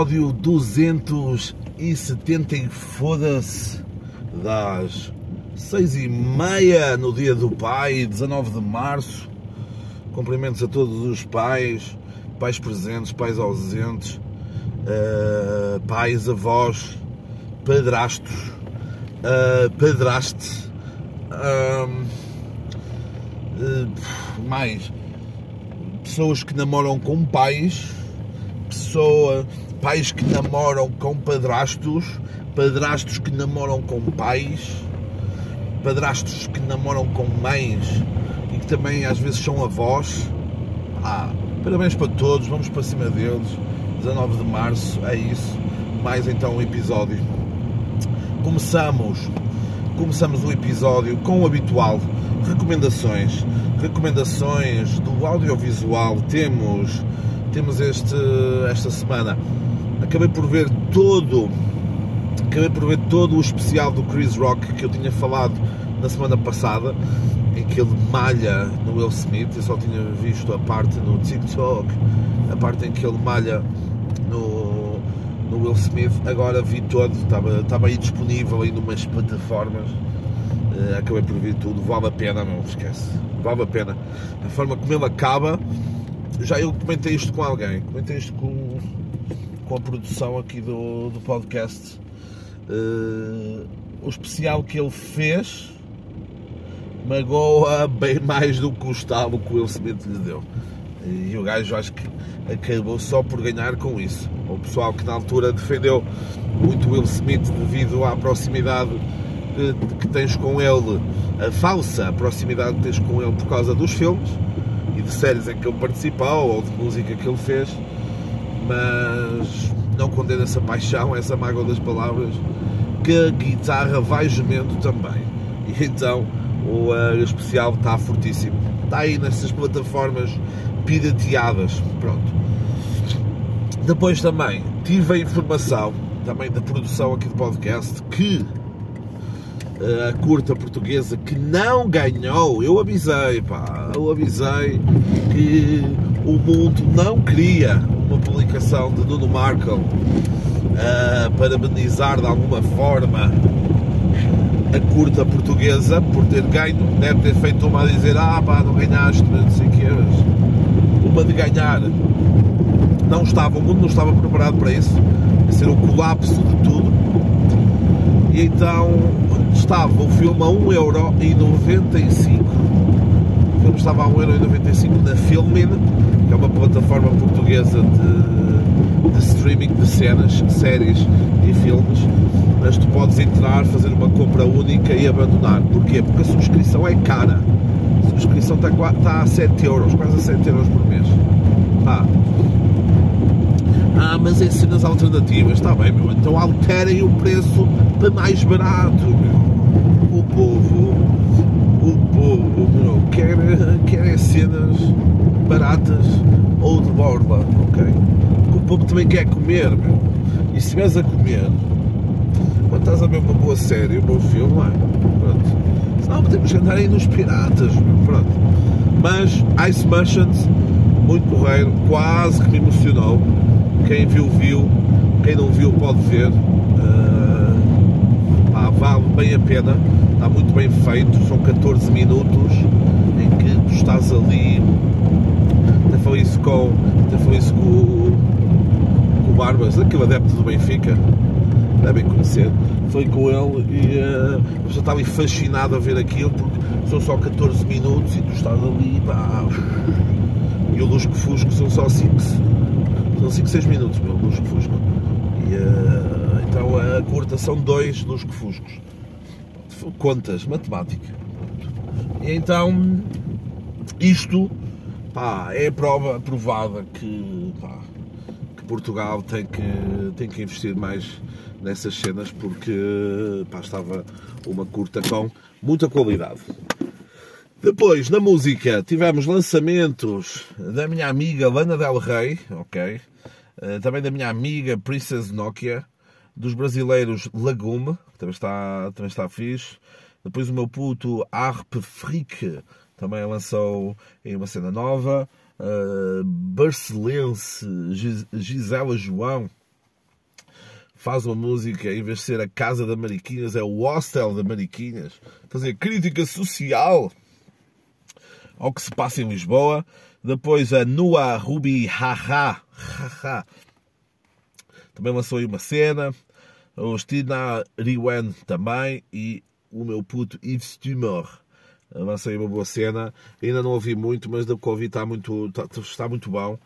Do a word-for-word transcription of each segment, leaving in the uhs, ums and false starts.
episódio duzentos e setenta e foda-se das seis e meia no dia do pai, dezanove de março. Cumprimentos a todos os pais, pais presentes, pais ausentes, uh, pais, avós, padrastos, uh, padraste, uh, uh, mais pessoas que namoram com pais, pessoa, pais que namoram com padrastos, padrastos que namoram com pais, padrastos que namoram com mães e que também às vezes são avós. Ah, parabéns para todos, vamos para cima deles. dezanove de março, é isso. Mais então um episódio. Começamos, começamos o episódio com o habitual, recomendações. Recomendações do audiovisual. Temos, temos este, esta semana. Acabei por ver todo, acabei por ver todo o especial do Chris Rock que eu tinha falado na semana passada, em que ele malha no Will Smith. Eu só tinha visto a parte no TikTok, a parte em que ele malha no, no Will Smith. Agora vi todo, estava, estava aí disponível aí numas plataformas. Uh, acabei por ver tudo, vale a pena, não esquece, vale a pena. A forma como ele acaba, já eu comentei isto com alguém, comentei isto com, com a produção aqui do, do podcast. Uh, o especial que ele fez magoa bem mais do que o estalo que o Will Smith lhe deu. E o gajo acho que acabou só por ganhar com isso. O pessoal que na altura defendeu muito Will Smith devido à proximidade que, que tens com ele, a falsa proximidade que tens com ele por causa dos filmes e de séries em que ele participou ou de música que ele fez, mas não condena essa paixão, essa mágoa das palavras, que a guitarra vai gemendo também. E então o uh, especial está fortíssimo, está aí nessas plataformas pirateadas. Pronto. Depois também tive a informação também da produção aqui do podcast que uh, a curta portuguesa que não ganhou, eu avisei, pá, eu avisei que o mundo não queria uma publicação de Nuno Markle uh, parabenizar de alguma forma a curta portuguesa por ter ganho. Deve ter feito uma a dizer: ah pá, não ganhaste, mas não sei o que é. Uma de ganhar. Não estava, o mundo não estava preparado para isso. Ia ser o colapso de tudo. E então estava o filme a um euro e noventa e cinco. O filme estava a um euro e noventa e cinco na Filmin, que é uma plataforma portuguesa de, de streaming de cenas, séries e filmes. Mas tu podes entrar, fazer uma compra única e abandonar. Porquê? Porque a subscrição é cara. A subscrição está, está a sete euros, quase a sete euros por mês. Ah, ah mas em cenas alternativas, está bem, meu. Então alterem o preço para mais barato, meu. O povo, o povo, meu, quer, quer cenas baratas ou de borla, ok? O povo também quer comer, meu. E se estiveres a comer, quando estás a ver uma boa série, um bom filme, não é? Pronto. Senão podemos andar aí nos piratas, pronto. Mas Ice Merchants, muito porreiro, quase que me emocionou. Quem viu, viu. Quem não viu, pode ver. Uh, pá, vale bem a pena. Está muito bem feito. São catorze minutos em que tu estás ali. Até foi isso com, até foi isso com, com o Barbas, aquele adepto do Benfica. Devem conhecer, foi com ele e uh, a pessoa está ali fascinado a ver aquilo, porque são só catorze minutos e tu estás ali, pá, e o Lusco Fusco são só cinco, são cinco, seis minutos, meu, Lusco Fusco. E, uh, então a curta são dois Lusco Fuscos. Contas, matemática. E então isto, pá, é a prova provada que, pá, que Portugal tem que, tem que investir mais nessas cenas, porque pá, estava uma curta com muita qualidade. Depois, na música, tivemos lançamentos da minha amiga Lana Del Rey, ok? Uh, também da minha amiga Princess Nokia, dos brasileiros Lagume, que também está, também está fixe. Depois o meu puto Arp Freak também lançou em uma cena nova. Uh, Barcelense Gisela João, faz uma música, em vez de ser a Casa da Mariquinhas, é o Hostel da Mariquinhas, fazer crítica social ao que se passa em Lisboa. Depois a Nua Ruby Haha, Haha também lançou aí uma cena. O Stina Riwen também. E o meu puto Yves Tumor lançou aí uma boa cena. Ainda não ouvi muito, mas do que ouvi está muito, está, está muito bom.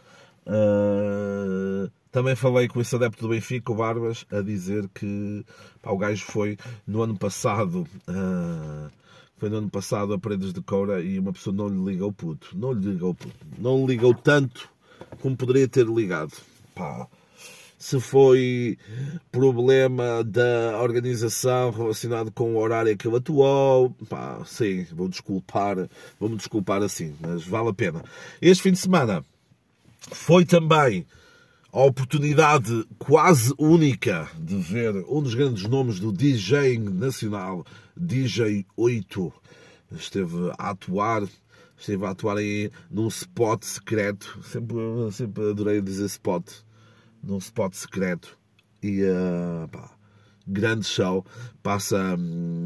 Uh, também falei com esse adepto do Benfica, o Barbas, a dizer que pá, o gajo foi no ano passado... Uh, Foi no ano passado a Paredes de Coura e uma pessoa não lhe ligou puto. Não lhe ligou puto. Não lhe ligou tanto como poderia ter ligado. Pá. Se foi problema da organização relacionado com o horário que ele atuou, pá, sim, vou desculpar, vou-me desculpar assim, mas vale a pena. Este fim de semana foi também a oportunidade quase única de ver um dos grandes nomes do DJing nacional, D J oito, esteve a atuar, esteve a atuar aí num spot secreto, sempre, sempre adorei dizer spot, num spot secreto, e uh, pá, grande show, passa... Hum,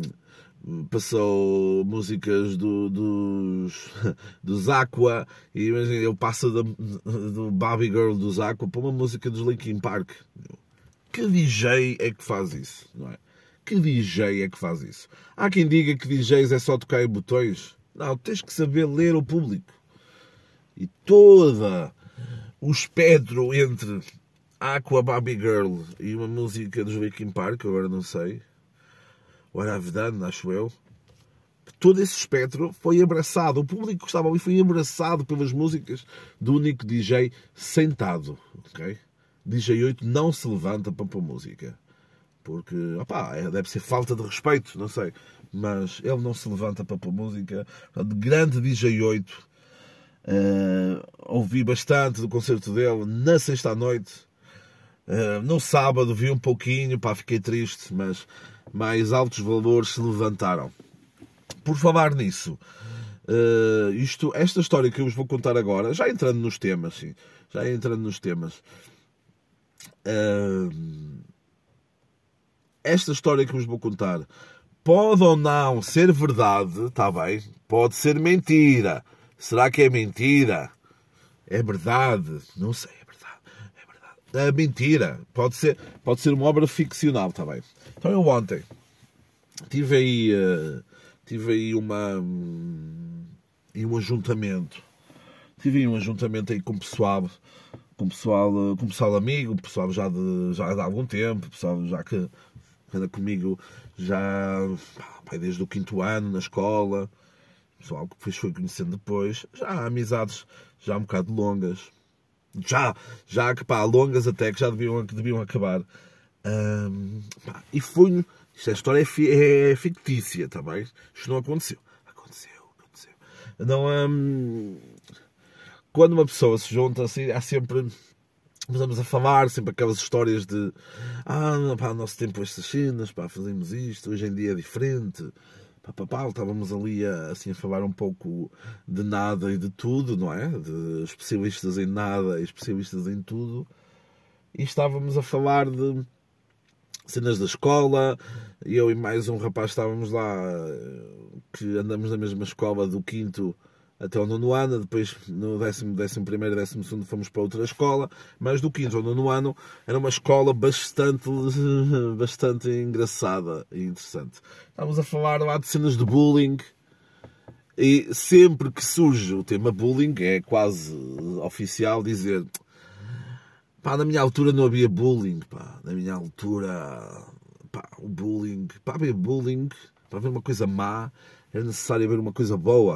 passou músicas do, dos, dos Aqua, e imagina, eu passo do, do Barbie Girl dos Aqua para uma música dos Linkin Park. Que D J é que faz isso, não é? Que D J é que faz isso? Há quem diga que D Js é só tocar em botões. Não, tens que saber ler o público. E todo o espectro entre Aqua, Barbie Girl e uma música dos Linkin Park, agora não sei, What I've Done, acho eu, todo esse espectro foi abraçado. O público que estava ali foi abraçado pelas músicas do único D J sentado, ok? D J oito não se levanta para pôr música, porque, opá, deve ser falta de respeito, não sei, mas ele não se levanta para pôr música. De grande D J oito, uh, ouvi bastante do concerto dele na sexta à noite. Uh, no sábado vi um pouquinho, pá, fiquei triste, mas mais altos valores se levantaram. Por falar nisso, uh, isto, esta história que eu vos vou contar agora, já entrando nos temas, sim, já entrando nos temas, uh, esta história que vos vou contar pode ou não ser verdade, está bem? Pode ser mentira. Será que é mentira? É verdade? Não sei. É mentira, pode ser, pode ser uma obra ficcional, está bem? Então eu ontem tive aí, uh, tive aí uma, um, um ajuntamento, tive aí um ajuntamento aí com pessoal, com pessoal, uh, com pessoal amigo, pessoal já de, já de há algum tempo, pessoal já que anda comigo já pá, desde o quinto ano na escola, pessoal que depois foi conhecendo depois, já há amizades já um bocado longas. Já, já que pá, longas até que já deviam, que deviam acabar. Um, pá, e foi. Isto, a história é, fi, é fictícia, tá bem? Isto não aconteceu. Aconteceu, aconteceu. Não, um, quando uma pessoa se junta assim, há sempre. Começamos a falar, sempre aquelas histórias de. Ah, pá, no nosso tempo estas cenas, pá, fazemos isto, hoje em dia é diferente. Pá, pá, pá, estávamos ali a, assim, a falar um pouco de nada e de tudo, não é? De especialistas em nada e especialistas em tudo. E estávamos a falar de cenas da escola. Eu e mais um rapaz estávamos lá, que andamos na mesma escola do quinto até o nono ano. Depois no décimo, décimo primeiro, décimo segundo fomos para outra escola. Mas do quinto ao nono ano era uma escola bastante, bastante engraçada e interessante. Estávamos a falar lá de cenas de bullying. E sempre que surge o tema bullying, é quase oficial dizer: pá, na minha altura não havia bullying, pá, na minha altura, pá, o bullying, para haver bullying, para haver uma coisa má, era necessário haver uma coisa boa.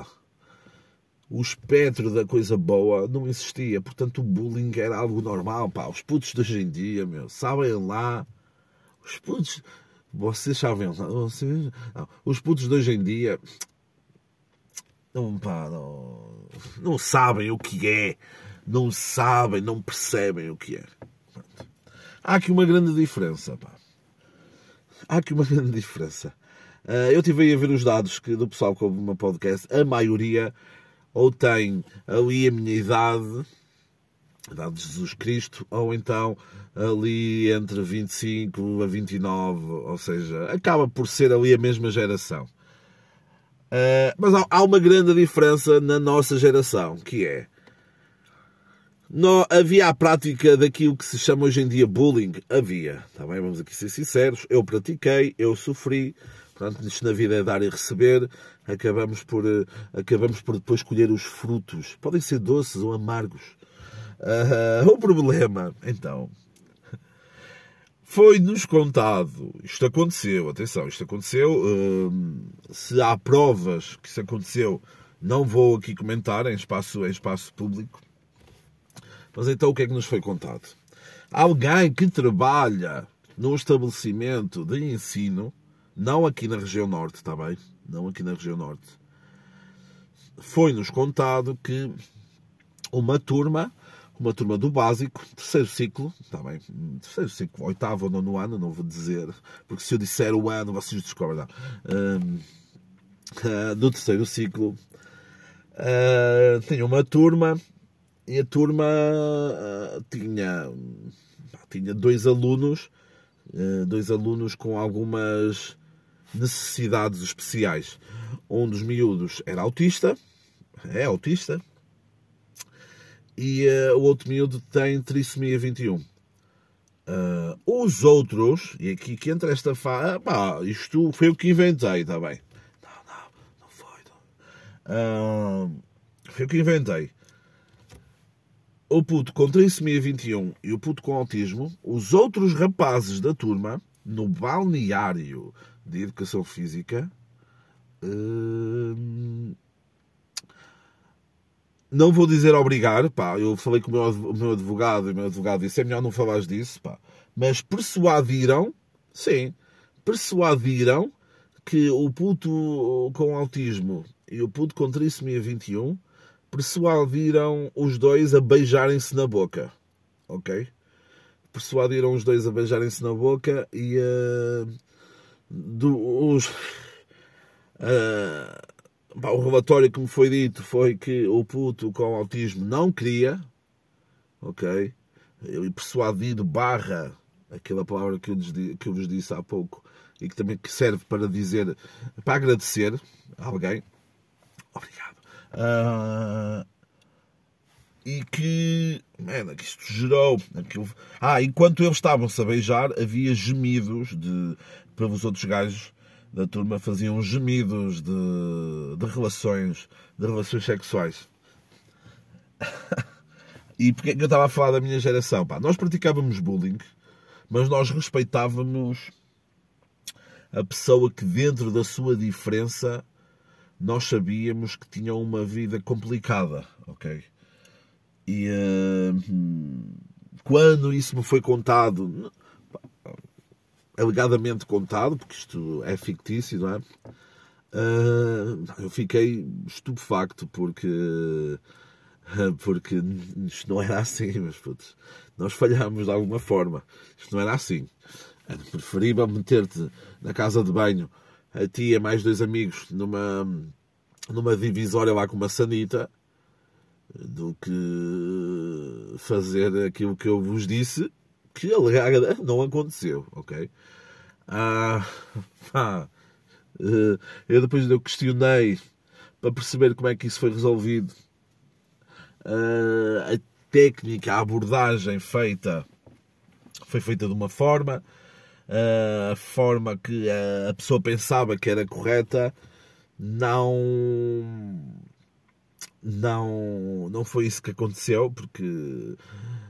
O espectro da coisa boa não existia, portanto o bullying era algo normal, pá. Os putos de hoje em dia, meu, sabem lá, os putos, vocês sabem lá, vocês, não, os putos de hoje em dia, não, pá, não, não sabem o que é, não sabem, não percebem o que é. Pronto. Há aqui uma grande diferença, pá. Há aqui uma grande diferença. Uh, eu estive aí a ver os dados que, do pessoal que ouve o meu podcast, a maioria ou tem ali a minha idade, idade de Jesus Cristo, ou então ali entre vinte e cinco a vinte e nove, ou seja, acaba por ser ali a mesma geração. Uh, mas há, há uma grande diferença na nossa geração, que é, não, havia a prática daquilo que se chama hoje em dia bullying, havia, tá bem? Vamos aqui ser sinceros, eu pratiquei, eu sofri, portanto, isto na vida é dar e receber, acabamos por, acabamos por depois colher os frutos, podem ser doces ou amargos. Uh, o problema, então, foi-nos contado, isto aconteceu, atenção, isto aconteceu, uh, se há provas que isso aconteceu, não vou aqui comentar em espaço, em espaço público, mas então o que é que nos foi contado? Alguém que trabalha num estabelecimento de ensino, não aqui na região norte, está bem? Não aqui na região norte, foi-nos contado que uma turma, uma turma do básico, terceiro ciclo, está bem, terceiro ciclo, oitavo ou nono ano, não vou dizer, porque se eu disser o ano, vocês descobrem, não. Um, uh, do terceiro ciclo, uh, tinha uma turma, e a turma uh, tinha, tinha dois alunos, uh, dois alunos com algumas necessidades especiais. Um dos miúdos era autista, é autista, e uh, o outro miúdo tem trissomia vinte e um. Uh, os outros, e aqui que entra esta fase, pá, isto foi o que inventei, está bem? Não, não, não foi. Não. Uh, foi o que inventei. O puto com trissomia vinte e um e o puto com autismo, os outros rapazes da turma, no balneário de Educação Física, uh, não vou dizer obrigar, pá, eu falei com o meu advogado e o meu advogado disse, é melhor não falares disso, pá, mas persuadiram, sim, persuadiram que o puto com autismo e o puto com trissomia vinte e um persuadiram os dois a beijarem-se na boca, ok? Persuadiram os dois a beijarem-se na boca e uh, do, os... Uh, o relatório que me foi dito foi que o puto com autismo não queria, ok? Ele persuadido barra, aquela palavra que eu, que eu vos disse há pouco, e que também serve para dizer, para agradecer a alguém. Obrigado. Uh, e que, man, que isto gerou... Aquilo, ah, enquanto eles estavam-se a beijar, havia gemidos de, para os outros gajos da turma faziam gemidos de, de relações de relações sexuais. E porque é que eu estava a falar da minha geração? Pá, nós praticávamos bullying, mas nós respeitávamos a pessoa que dentro da sua diferença nós sabíamos que tinha uma vida complicada, ok? E uh, quando isso me foi contado, alegadamente contado, porque isto é fictício, não é? Uh, eu fiquei estupefacto porque, porque isto não era assim, mas putz, nós falhámos de alguma forma. Isto não era assim. Era preferível meter-te na casa de banho, a ti e mais dois amigos, numa, numa divisória lá com uma sanita, do que fazer aquilo que eu vos disse, que alegada não aconteceu, ok? Ah, pá, eu depois eu questionei para perceber como é que isso foi resolvido. Ah, a técnica, a abordagem feita foi feita de uma forma, a forma que a pessoa pensava que era correta não não não foi isso que aconteceu, porque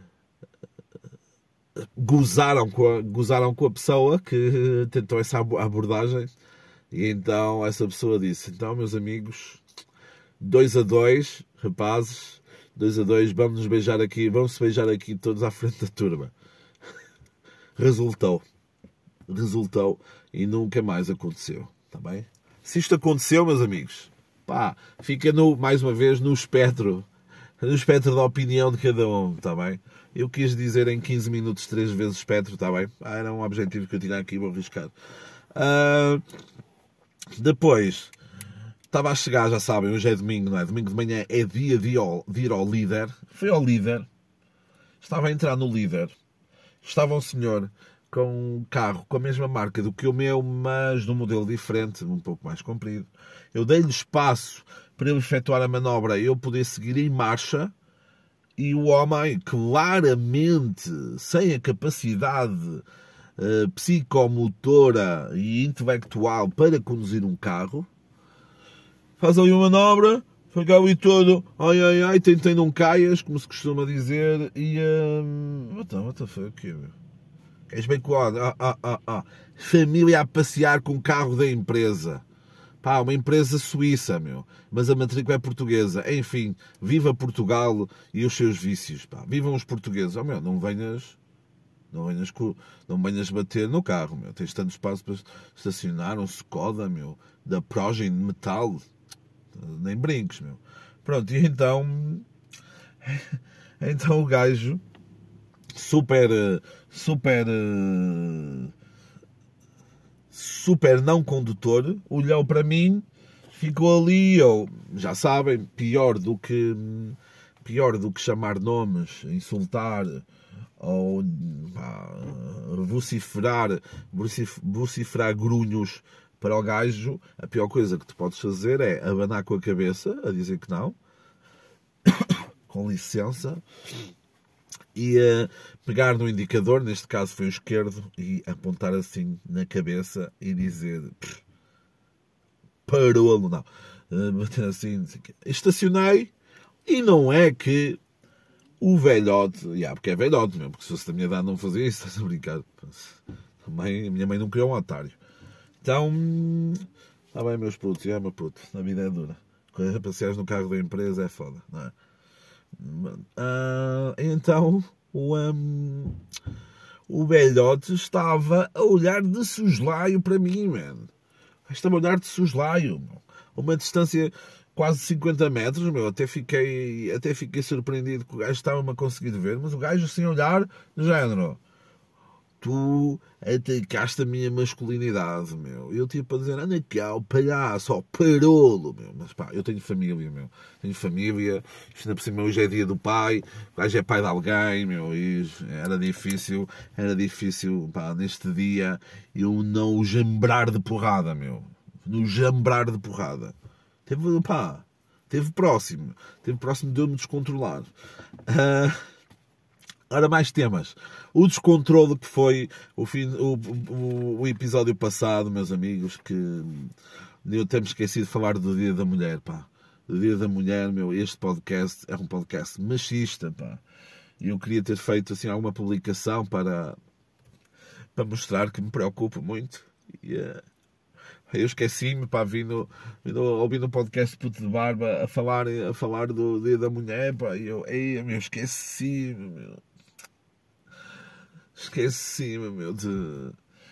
gozaram com a, gozaram com a pessoa que tentou essa abordagem, e então essa pessoa disse, então meus amigos, dois a dois, rapazes, dois a dois, vamos nos beijar aqui, vamos se beijar aqui todos à frente da turma. Resultou. Resultou e nunca mais aconteceu, tá bem? Se isto aconteceu, meus amigos, pá, fica no, mais uma vez no espectro, no espectro da opinião de cada um, tá bem? Eu quis dizer em quinze minutos três vezes espectro, está bem? Ah, era um objetivo que eu tinha aqui, vou arriscar. Uh, depois, estava a chegar, já sabem, hoje é domingo, não é? Domingo de manhã é dia de ir ao, de ir ao líder. Fui ao líder. estava a entrar no Líder, estava um senhor com um carro com a mesma marca do que o meu, mas num modelo diferente, um pouco mais comprido. Eu dei-lhe espaço para ele efetuar a manobra e eu poder seguir em marcha, e o homem, claramente sem a capacidade uh, psicomotora e intelectual para conduzir um carro, faz ali uma manobra, fica ali todo, ai ai ai, tentei não caias, como se costuma dizer, e um, what the, what the fuck, meu? Queres bem com ah, ah, ah, ah. Família a passear com o carro da empresa. Pá, uma empresa suíça, meu. Mas a matrícula é portuguesa. Enfim, viva Portugal e os seus vícios, pá. Vivam os portugueses. Oh, meu, não venhas... Não venhas, não venhas bater no carro, meu. Tens tanto espaço para estacionar. Um Skoda, meu. Da Progin Metal. Nem brinques, meu. Pronto, e então... Então o gajo... Super... Super... Super não condutor, olhou para mim, ficou ali, ou já sabem, pior do que pior do que chamar nomes, insultar ou pá, vociferar, vociferar grunhos para o gajo. A pior coisa que tu podes fazer é abanar com a cabeça, a dizer que não, com licença, e uh, pegar no indicador, neste caso foi o esquerdo, e apontar assim na cabeça e dizer parou, não, uh, bater assim, assim, estacionei, e não é que o velhote, yeah, porque é velhote mesmo, porque se fosse da minha idade não fazia isso, estás a brincar, também, a minha mãe não criou um otário, então, está bem meus putos, é meu puto, a vida é dura, passeares no carro da empresa é foda, não é? Uh, então o, um, o velhote estava a olhar de soslaio para mim, man. Estava a olhar de soslaio, a uma distância quase cinquenta metros, meu. Até fiquei, até fiquei surpreendido que o gajo estava-me a conseguir ver, mas o gajo assim a olhar, no género, tu atacaste a minha masculinidade, meu. Eu tipo a dizer, anda cá, o palhaço, ó, parolo, meu. Mas pá, eu tenho família, meu. Tenho família, isto ainda por cima hoje é dia do pai, o gajo é pai de alguém, meu. E era difícil, era difícil, pá, neste dia, eu não o jambrar de porrada, meu. No jambrar de porrada. Teve, pá, teve próximo. Teve próximo de eu me descontrolar. Uh, Ora, mais temas. O descontrole que foi o, fim, o, o, o episódio passado, meus amigos, que eu temos esquecido de falar do Dia da Mulher, pá. Do Dia da Mulher, meu, este podcast é um podcast machista, pá. E eu queria ter feito, assim, alguma publicação para, para mostrar que me preocupo muito. E, uh, eu esqueci-me, pá, vindo, vindo ouvindo o podcast Puto de Barba a falar, a falar do Dia da Mulher, pá. E eu, ei, meu, esqueci-me, meu. Esqueci-me, meu, de...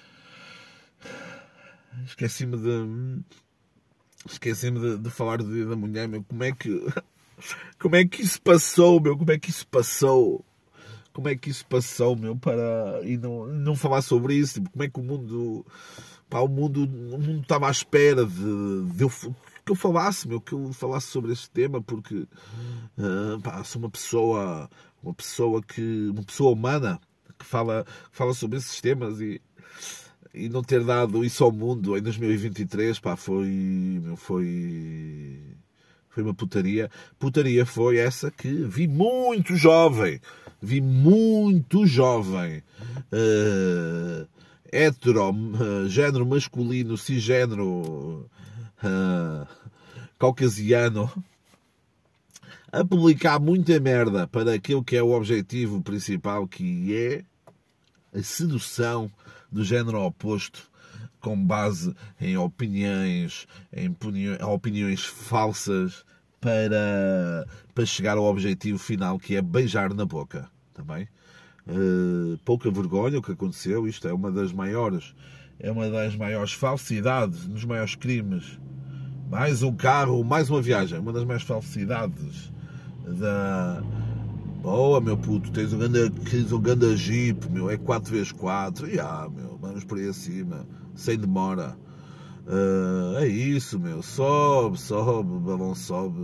Esqueci-me de... Esqueci-me de, de falar do Dia da Mulher, meu. Como é que... Como é que isso passou, meu? Como é que isso passou? Como é que isso passou, meu, para... E não, não falar sobre isso? Tipo, como é que o mundo... Pá, o mundo... O mundo estava à espera de... de eu, que eu falasse, meu. Que eu falasse sobre este tema, porque... Uh, pá, sou uma pessoa... Uma pessoa que... Uma pessoa humana... que fala, fala sobre esses temas, e, e não ter dado isso ao mundo em dois mil e vinte e três, pá, foi, foi, foi uma putaria. Putaria foi essa que vi muito jovem, vi muito jovem, uh, hetero, uh, género masculino, cisgênero, uh, caucasiano, a publicar muita merda para aquilo que é o objetivo principal, que é a sedução do género oposto, com base em opiniões, em opiniões falsas, para, para chegar ao objetivo final, que é beijar na boca. Também uh, pouca vergonha o que aconteceu. Isto é uma das maiores, é uma das maiores falsidades, nos maiores crimes. Mais um carro, mais uma viagem, uma das maiores falsidades da... Boa, meu puto, tens um grande, tens um grande Jeep, meu, é quatro vezes quatro, e ah, meu, vamos por aí acima, sem demora. Uh, é isso, meu, sobe, sobe, o balão sobe,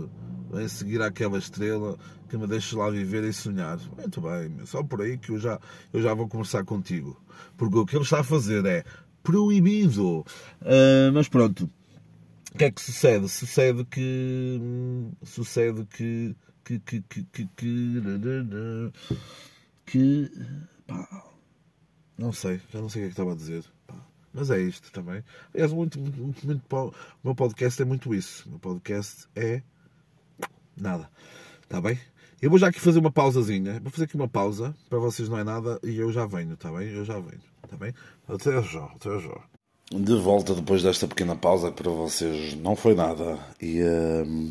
em seguir àquela estrela que me deixes lá viver e sonhar. Muito bem, só por aí que eu já, eu já vou conversar contigo. Porque o que ele está a fazer é proibido. Uh, mas pronto, o que é que sucede? Sucede que... Sucede que... Que... Que... Que... Que... que, que pá, não sei, já não sei o que é que estava a dizer. Pá. Mas é isto também. Aliás, muito, muito, muito, o meu podcast é muito isso. O meu podcast é nada. Está bem? Eu vou já aqui fazer uma pausazinha. Vou fazer aqui uma pausa. Para vocês não é nada. E eu já venho, está bem? Eu já venho. Está bem? Até já, até já. De volta depois desta pequena pausa que para vocês não foi nada. E... Uh...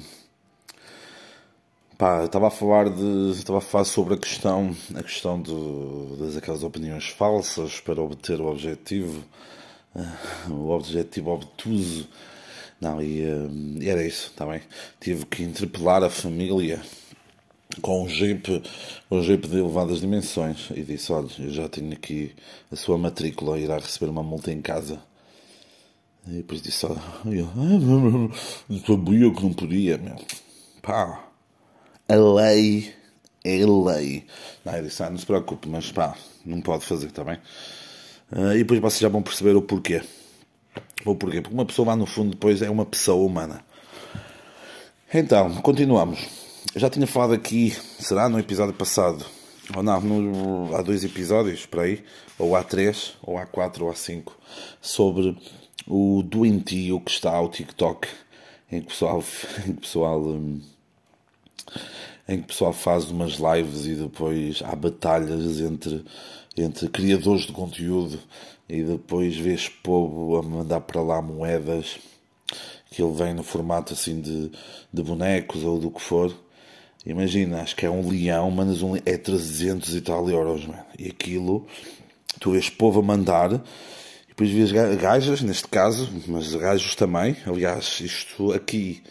Pá, estava a falar de, estava a falar sobre a questão, a questão do, das aquelas opiniões falsas para obter o objetivo, uh, o objetivo obtuso. Não, e, uh, e era isso, está bem? Tive que interpelar a família com um jeep, um jeep de elevadas dimensões e disse, olha, eu já tenho aqui a sua matrícula, irá receber uma multa em casa. E depois disse, olha, eu, ah, sabia que não podia, meu. Pá. A lei é lei. Não, eu disse, ah, não se preocupe, mas pá, não pode fazer, está bem? Uh, e depois vocês já vão perceber o porquê. O porquê? Porque uma pessoa lá no fundo depois é uma pessoa humana. Então, continuamos. Eu já tinha falado aqui, será no episódio passado? Ou não, no, há dois episódios, por aí. Ou há três, ou há quatro, ou há cinco. Sobre o doentio que está ao TikTok. Em que o pessoal... Em que o pessoal um, em que o pessoal faz umas lives e depois há batalhas entre, entre criadores de conteúdo e depois vês povo a mandar para lá moedas que ele vem no formato assim de, de bonecos ou do que for. Imagina, acho que é um leão, mas um, é trezentos e tal euros, mano. E aquilo, tu vês povo a mandar, e depois vês gajas, neste caso, mas gajos também. Aliás, isto aqui...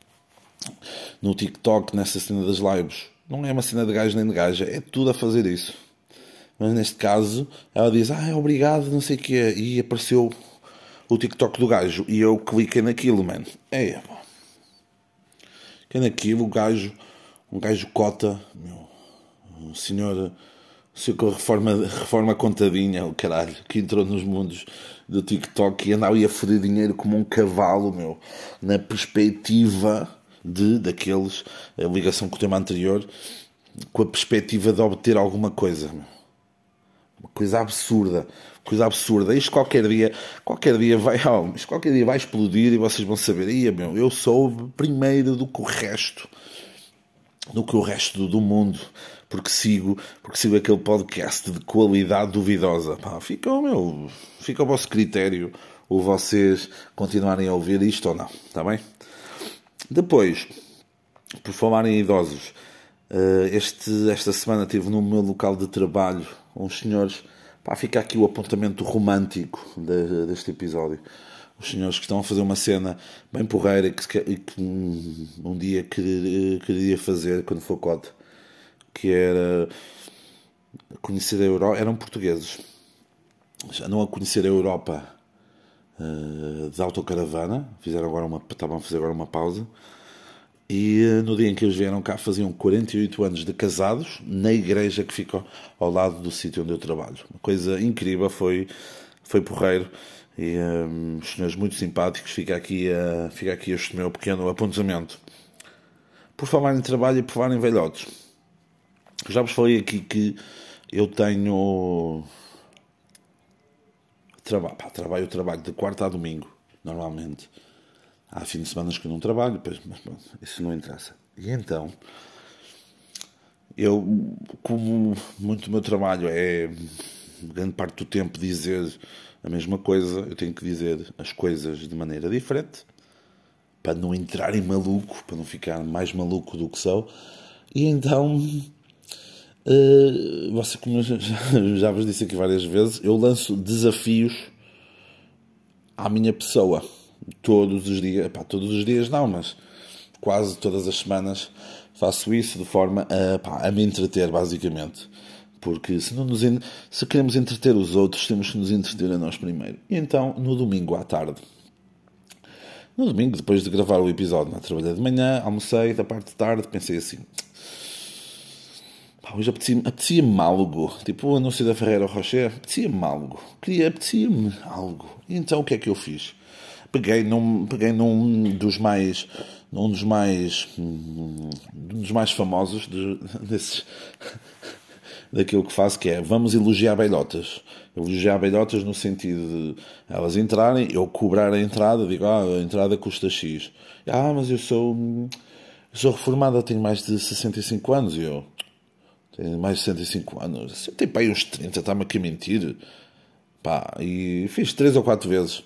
no TikTok, nessa cena das lives, não é uma cena de gajo nem de gaja, é tudo a fazer isso. Mas neste caso, ela diz, ah, obrigado, não sei o quê, e apareceu o TikTok do gajo, e eu cliquei naquilo, mano. É, pô. Que é naquilo, o gajo, um gajo cota, meu, um senhor, o senhor com a reforma, reforma contadinha, o caralho, que entrou nos mundos do TikTok e andava a foder dinheiro como um cavalo, meu, na perspectiva... de daqueles, a ligação com o tema anterior, com a perspectiva de obter alguma coisa, uma coisa absurda, coisa absurda. Isto qualquer dia, qualquer dia vai, oh, isto qualquer dia vai explodir e vocês vão saber, ia, meu, eu soube primeiro do que o resto, do que o resto do mundo, porque sigo, porque sigo aquele podcast de qualidade duvidosa. Pá, fica o meu, fica ao vosso critério, ou vocês continuarem a ouvir isto ou não, está bem? Depois, por falar em idosos, este, esta semana tive no meu local de trabalho uns senhores, pá, fica aqui o apontamento romântico de, deste episódio, os senhores que estão a fazer uma cena bem porreira e que, e que um, um dia queria, queria fazer quando for cota, que era conhecer a Europa, eram portugueses, já não a conhecer a Europa de autocaravana, fizeram agora uma, estavam a fazer agora uma pausa, e no dia em que eles vieram cá faziam quarenta e oito anos de casados na igreja que fica ao lado do sítio onde eu trabalho. Uma coisa incrível, foi, foi porreiro, e um, os senhores muito simpáticos. Fica aqui, uh, fica aqui este meu pequeno apontamento. Por falar em trabalho e por falar em velhotes, já vos falei aqui que eu tenho... Trabalho, pá, trabalho, eu trabalho de quarta a domingo, normalmente. Há fim de semana que eu não trabalho, mas bom, isso não interessa. E então, eu, como muito do meu trabalho é grande parte do tempo dizer a mesma coisa, eu tenho que dizer as coisas de maneira diferente, para não entrar em maluco, para não ficar mais maluco do que sou. E então... Uh, você, como já, já vos disse aqui várias vezes, eu lanço desafios à minha pessoa todos os dias, pá, todos os dias não, mas quase todas as semanas faço isso de forma a, pá, a me entreter, basicamente, porque se, não nos, se queremos entreter os outros, temos que nos entreter a nós primeiro. E então, no domingo à tarde, No domingo, depois de gravar o episódio, né? Trabalhei de manhã, almocei, da parte de tarde, pensei assim... Pá, hoje apetecia-me apetecia algo. Tipo o anúncio da Ferreira Rocher, apetecia-me algo. Queria, apetecia-me algo. E então o que é que eu fiz? Peguei num, peguei num dos mais... Num dos mais... Um dos mais famosos de, desses... daquilo que faço, que é vamos elogiar velhotas. Elogiar velhotas no sentido de elas entrarem, eu cobrar a entrada, digo, ah, a entrada custa X. Ah, mas eu sou, eu sou reformada, tenho mais de sessenta e cinco anos, e eu tenho mais de sessenta e cinco anos. Eu tenho para aí uns trinta, está-me aqui a mentir. Pá, e fiz três ou quatro vezes.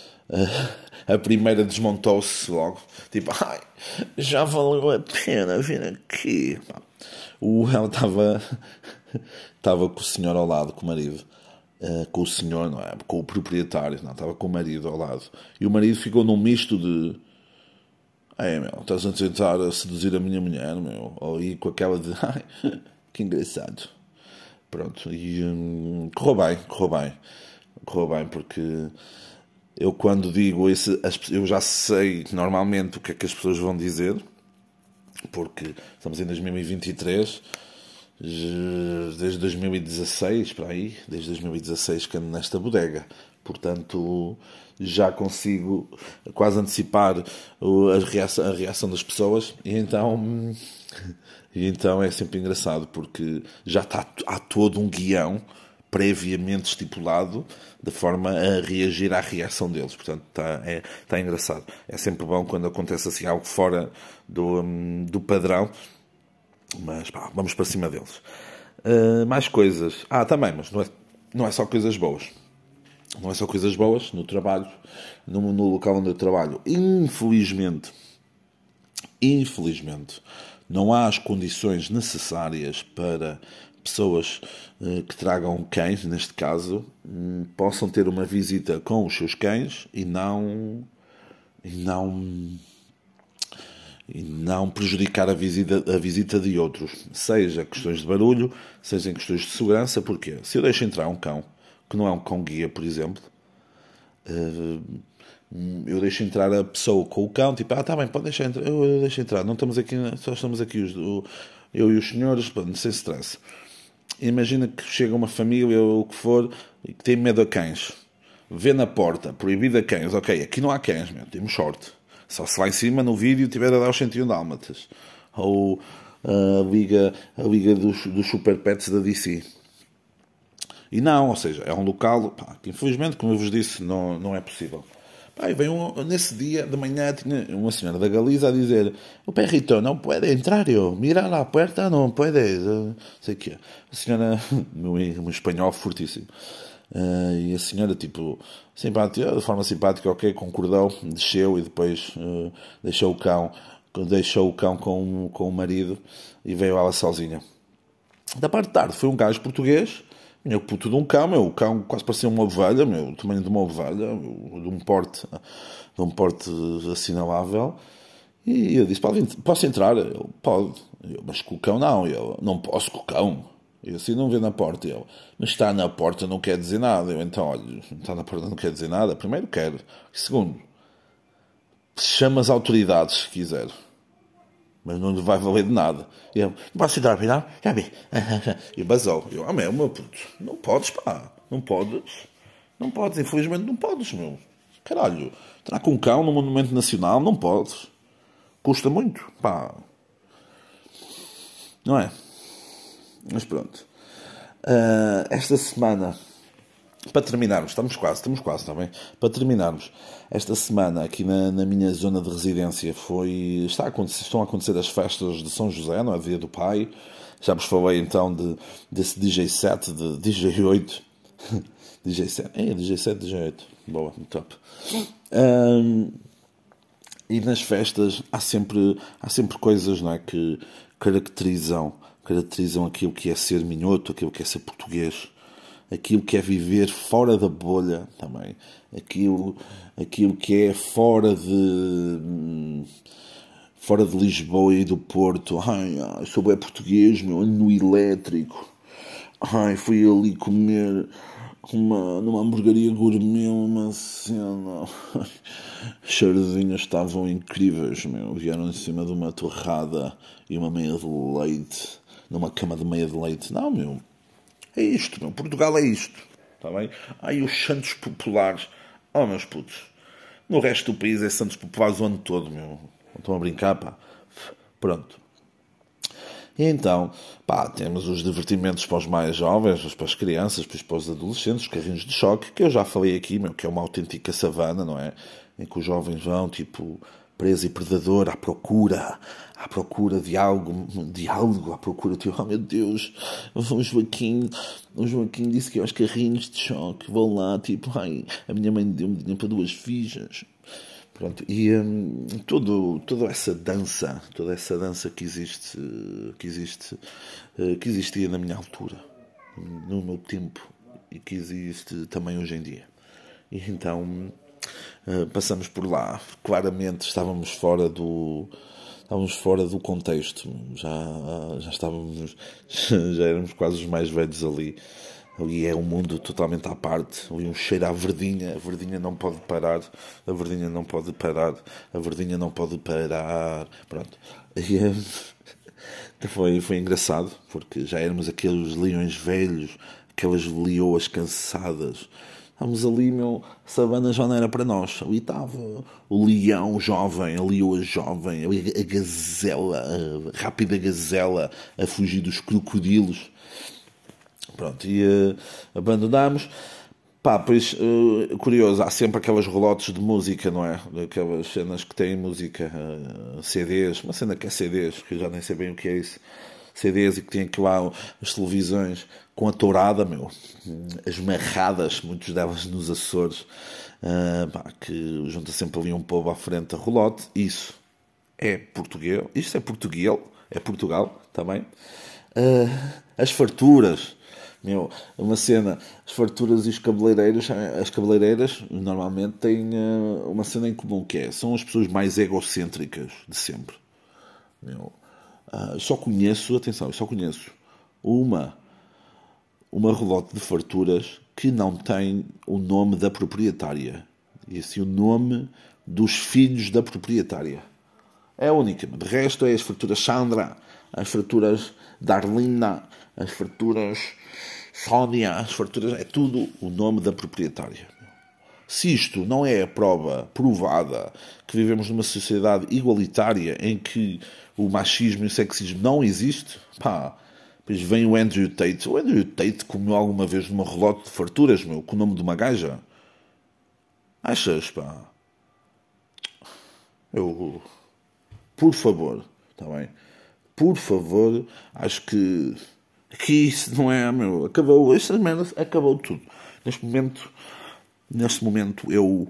A primeira desmontou-se logo, tipo, ai, já valeu a pena vir aqui. Pá. O, ela estava estava com o senhor ao lado, com o marido, uh, com o senhor, não é? Com o proprietário, não, estava com o marido ao lado. E o marido ficou num misto de ai, meu, estás a tentar seduzir a minha mulher, meu, ou ir com aquela de ai, que engraçado. Pronto, e hum, correu bem, correu bem, correu bem, porque eu quando digo esse, eu já sei normalmente o que é que as pessoas vão dizer, porque estamos em dois mil e vinte e três, desde dois mil e dezasseis, para aí, desde dois mil e dezasseis que ando nesta bodega, portanto já consigo quase antecipar a reação, a reação das pessoas, e então, e então é sempre engraçado, porque já está, há todo um guião previamente estipulado de forma a reagir à reação deles. Portanto, está, é, está engraçado. É sempre bom quando acontece assim algo fora do, um, do padrão, mas pá, vamos para cima deles. Uh, mais coisas. Ah, também, mas não é, não é só coisas boas. Não é só coisas boas no trabalho, no, no local onde eu trabalho. Infelizmente, infelizmente, não há as condições necessárias para pessoas uh, que tragam cães, neste caso, um, possam ter uma visita com os seus cães e não e não e não prejudicar a visita, a visita de outros, seja questões de barulho, seja em questões de segurança. Porque se eu deixo entrar um cão que não é um cão guia, por exemplo, uh, eu deixo entrar a pessoa com o cão, tipo, ah, está bem, pode deixar entrar, eu, eu deixo entrar, não estamos aqui, só estamos aqui os, o, eu e os senhores, sem stress. Imagina que chega uma família ou o que for e que tem medo a cães, vê na porta, proibido a cães, ok, aqui não há cães, meu, temos sorte, só se lá em cima no vídeo tiver a dar os cento e um dálmatas, ou a liga, a liga dos, dos super pets da D C. E não, ou seja, é um local, pá, que infelizmente, como eu vos disse, não, não é possível. Pá, e vem um, nesse dia de manhã tinha uma senhora da Galiza a dizer: o perrito não pode entrar, eu mirar a porta não pode, uh, sei que a senhora, meu, meu espanhol fortíssimo, uh, e a senhora tipo simpática, de forma simpática, ok, concordou, desceu e depois uh, deixou o cão deixou o cão com, com o marido e veio ela sozinha. Da parte de tarde foi um gajo português. Meu puto de um cão, meu, o cão quase parecia uma ovelha, meu, o tamanho de uma ovelha, meu, de um porte, de um porte assinalável. E eu disse: pode, posso entrar? Ele: pode. Eu: mas com o cão não. Eu: não posso com o cão. Eu assim: não vê na porta. Eu: mas está na porta não quer dizer nada. Eu: então, olha, está na porta não quer dizer nada. Primeiro quero. Segundo, chama as autoridades se quiser. Mas não lhe vai valer de nada. E eu: não posso entrar, não? Já vi. E basou. Eu: ah, meu, meu puto, não podes, pá. Não podes. Não podes, infelizmente não podes, meu. Caralho. Entrar com um cão no Monumento Nacional, não podes. Custa muito, pá. Não é? Mas pronto. Uh, esta semana, para terminarmos, estamos quase, estamos quase, está bem? Para terminarmos, esta semana aqui na, na minha zona de residência foi, está a acontecer, estão a acontecer as festas de São José, não é? Dia do Pai. Já vos falei então de, desse D J set, de D J oito. D J set, é, D J set, D J oito. Boa, top. Um, e nas festas há sempre, há sempre coisas, não é? Que caracterizam, caracterizam aquilo que é ser minhoto, aquilo que é ser português. Aquilo que é viver fora da bolha também, aquilo, aquilo que é fora de fora de Lisboa e do Porto. Ai, ai sou bem português, meu, ando no elétrico. Ai, fui ali comer uma, numa hamburgueria gourmet, uma cena. As sardinhas estavam incríveis, meu. Vieram em cima de uma torrada e uma meia de leite, numa cama de meia de leite. Não, meu. É isto, meu. Portugal é isto. Está bem? Ai, os santos populares. Oh, meus putos. No resto do país é santos populares o ano todo, meu. Não estão a brincar, pá. Pronto. E então, pá, temos os divertimentos para os mais jovens, para as crianças, para os adolescentes, os carrinhos de choque, que eu já falei aqui, meu, que é uma autêntica savana, não é? Em que os jovens vão, tipo, preso e predador, à procura, à procura de algo, de algo, à procura de, oh meu Deus, o Joaquim, o Joaquim disse que aos carrinhos de choque, vão lá, tipo, ai, a minha mãe deu-me dinheiro para duas fichas. Pronto, e hum, todo, toda essa dança, toda essa dança que existe, que existe, que existia na minha altura, no meu tempo, e que existe também hoje em dia. E então passamos por lá. Claramente estávamos fora do, estávamos fora do contexto. Já, já estávamos, já éramos quase os mais velhos ali. Ali é um mundo totalmente à parte. Ali um cheiro à verdinha. A verdinha não pode parar. A verdinha não pode parar. A verdinha não pode parar. Pronto. E, é, foi, foi engraçado, porque já éramos aqueles leões velhos, aquelas leoas cansadas. Estávamos ali, meu, a savana já não era para nós. Ali estava o leão jovem, a leoa jovem, a gazela, a rápida gazela a fugir dos crocodilos. Pronto, e uh, abandonámos. Pá, pois, uh, curioso, há sempre aquelas relotes de música, não é? Aquelas cenas que têm música, uh, C Ds, uma cena que é C Ds, que eu já nem sei bem o que é isso. C Ds e que tem aqui lá as televisões com a tourada, meu, as marradas, muitas delas nos Açores, uh, pá, que junta sempre ali um povo à frente a relote. Isso é português, isto é português, é Portugal também. Uh, as farturas. Meu, uma cena, as farturas e os cabeleireiros, as cabeleireiras normalmente têm uh, uma cena em comum, que é, são as pessoas mais egocêntricas de sempre. Meu, uh, só conheço, atenção, eu só conheço uma, uma relote de farturas que não tem o nome da proprietária. E assim o nome dos filhos da proprietária. É a única. De resto é as farturas Sandra, as farturas Darlina, as farturas Sónia, as farturas, é tudo o nome da proprietária. Se isto não é a prova provada que vivemos numa sociedade igualitária em que o machismo e o sexismo não existe, pá, depois vem o Andrew Tate. O Andrew Tate comeu alguma vez numa relote de farturas, meu, com o nome de uma gaja? Achas, pá? Eu... Por favor, está bem? Por favor, acho que... que isso não é, meu, acabou, estas merdas, acabou tudo. Neste momento, neste momento eu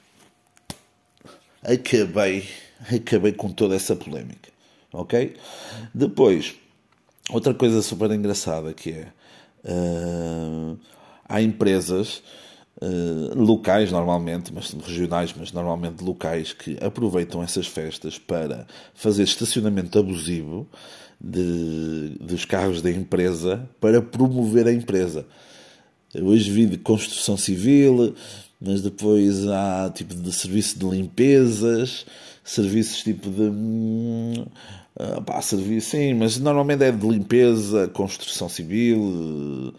acabei, acabei com toda essa polémica, ok? Depois, outra coisa super engraçada que é, uh, há empresas uh, locais normalmente, mas regionais, mas normalmente locais, que aproveitam essas festas para fazer estacionamento abusivo De, dos carros da empresa para promover a empresa. Eu hoje vi de construção civil, mas depois há tipo de serviço de limpezas, serviços tipo de hum, pá, serviço, sim, mas normalmente é de limpeza, construção civil,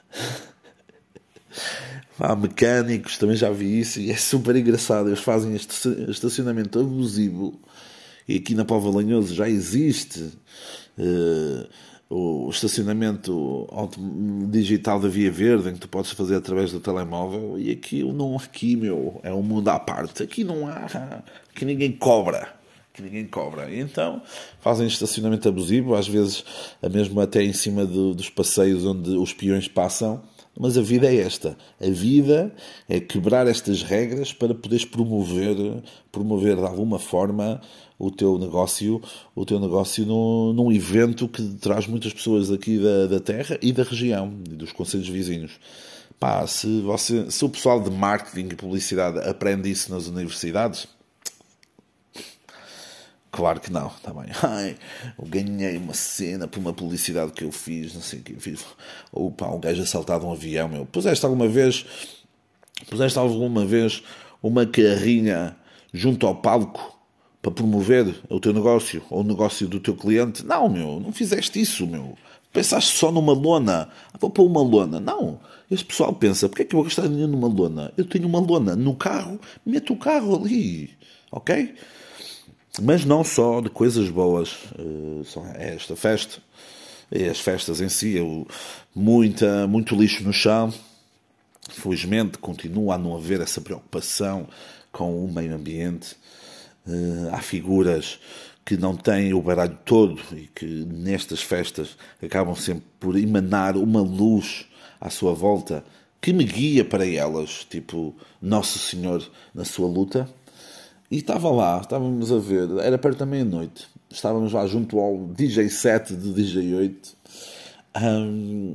há mecânicos, também já vi isso e é super engraçado. Eles fazem este estacionamento abusivo. E aqui na Póvoa de Lanhoso já existe uh, o estacionamento digital da Via Verde, em que tu podes fazer através do telemóvel. E aqui não, aqui, meu, é um mundo à parte. Aqui não há, aqui ninguém cobra. Aqui ninguém cobra. E então fazem estacionamento abusivo, às vezes mesmo até em cima do, dos passeios onde os peões passam. Mas a vida é esta. A vida é quebrar estas regras para poderes promover, promover de alguma forma o teu negócio, o teu negócio num, num evento que traz muitas pessoas aqui da, da terra e da região, e dos concelhos vizinhos. Pá, se, você, se o pessoal de marketing e publicidade aprende isso nas universidades, Claro que não, está bem. Ai, eu ganhei uma cena por uma publicidade que eu fiz, não sei o que eu fiz. Ou pá, um gajo assaltado um avião, meu. Puseste alguma vez, puseste alguma vez uma carrinha junto ao palco para promover o teu negócio ou o negócio do teu cliente? Não, meu, não fizeste isso, meu. Pensaste só numa lona. Ah, vou pôr uma lona. Não. Este pessoal pensa, porque é que eu vou gastar dinheiro numa lona? Eu tenho uma lona no carro, meto o carro ali. Ok? Mas não só de coisas boas. Uh, só esta festa. E as festas em si. Eu, muita, muito lixo no chão. Felizmente continua a não haver essa preocupação com o meio ambiente. Uh, há figuras que não têm o baralho todo e que nestas festas acabam sempre por emanar uma luz à sua volta que me guia para elas, tipo Nosso Senhor na sua luta. E estava lá, estávamos a ver, era perto da meia-noite, estávamos lá junto ao D J sete de D J oito, um,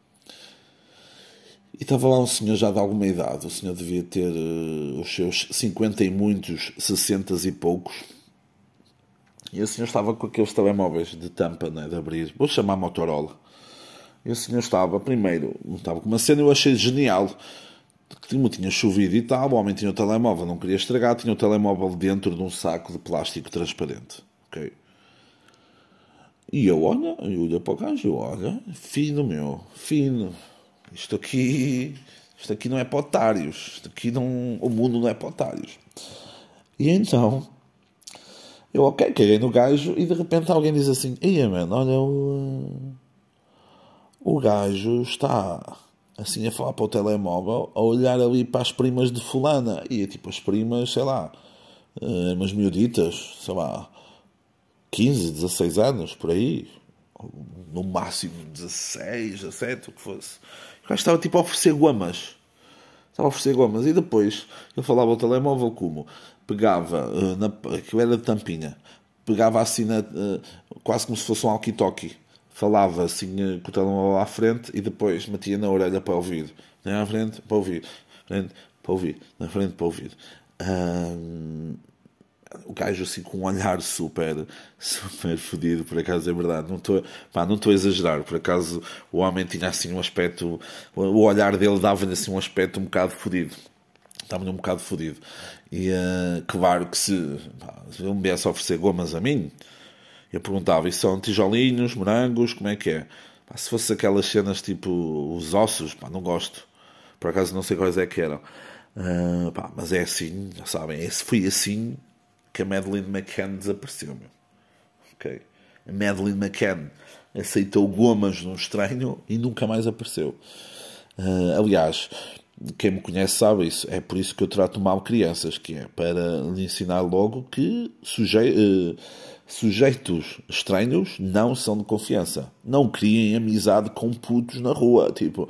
e estava lá um senhor já de alguma idade. O senhor devia ter uh, os seus cinquenta e muitos, sessenta e poucos. E o senhor estava com aqueles telemóveis de tampa, né, de abrir. Vou chamar Motorola. E o senhor estava, primeiro, estava com uma cena, eu achei genial. Como tinha chovido e tal, o homem tinha o telemóvel, não queria estragar, tinha o telemóvel dentro de um saco de plástico transparente. Ok? E eu, olha, eu olho para o gajo, eu, olha, fino, meu, fino. Isto aqui, isto aqui não é para otários. Isto aqui não, o mundo não é para otários. E então... eu, ok, caguei no gajo e de repente alguém diz assim: ia, mano, olha, o, o gajo está assim a falar para o telemóvel, a olhar ali para as primas de fulana. E é tipo, as primas, sei lá, umas miuditas, sei lá, quinze, dezasseis anos, por aí. No máximo dezasseis, dezassete, o que fosse. O gajo estava tipo a oferecer gomas. Estava a oferecer gomas. E depois ele falava ao telemóvel como... pegava, uh, na, aquilo era de tampinha, pegava assim, na, uh, quase como se fosse um walkie-talkie, falava assim uh, com o telemóvel à frente e depois metia na orelha para ouvir, na frente para ouvir, frente para ouvir, na frente para ouvir. Um, o gajo assim com um olhar super, super fodido, por acaso é verdade, não estou, pá, não estou a exagerar, por acaso o homem tinha assim um aspecto, o olhar dele dava-lhe assim um aspecto um bocado fodido. Estava-me um bocado fodido. E uh, claro que se, pá, se ele me viesse a oferecer gomas a mim, eu perguntava: isso são tijolinhos, morangos, como é que é? Pá, se fosse aquelas cenas tipo os ossos, pá, não gosto. Por acaso não sei quais é que eram. Uh, pá, mas é assim, já sabem, é, foi assim que a Madeleine McCann desapareceu, meu. Ok? A Madeleine McCann aceitou gomas num estranho e nunca mais apareceu. Uh, aliás... quem me conhece sabe isso. É por isso que eu trato mal crianças, que é para lhe ensinar logo que suje... uh, sujeitos estranhos não são de confiança. Não criem amizade com putos na rua. Tipo,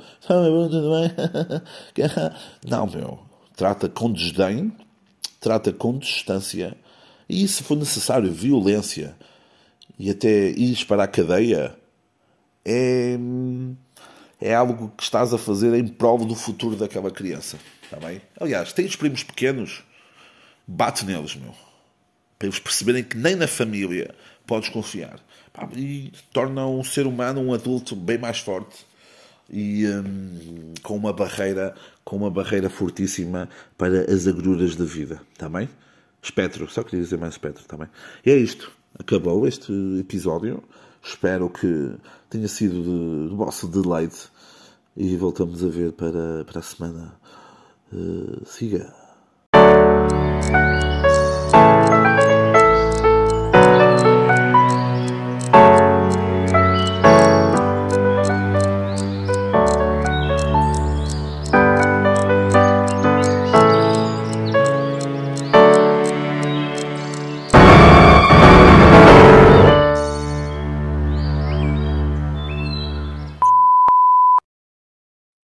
não, meu. Trata com desdém, trata com distância e, se for necessário, violência e até ires para a cadeia, é... é algo que estás a fazer em prol do futuro daquela criança. Está bem? Aliás, tens primos pequenos, bate neles, meu. Para eles perceberem que nem na família podes confiar. E torna um ser humano, um adulto bem mais forte e hum, com uma barreira, com uma barreira fortíssima para as agruras da vida. Está bem? Espectro, só queria dizer mais espectro, está bem? E é isto. Acabou este episódio. Espero que tenha sido de, de vosso deleite e voltamos a ver para, para a semana. Uh, siga.